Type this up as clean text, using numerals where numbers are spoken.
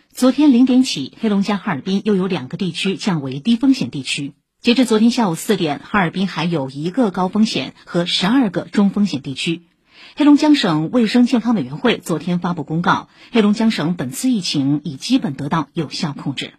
昨天0点起，黑龙江哈尔滨又有2个地区降为低风险地区。截至昨天下午4点，哈尔滨还有1个高风险和12个中风险地区。黑龙江省卫生健康委员会昨天发布公告，黑龙江省本次疫情已基本得到有效控制。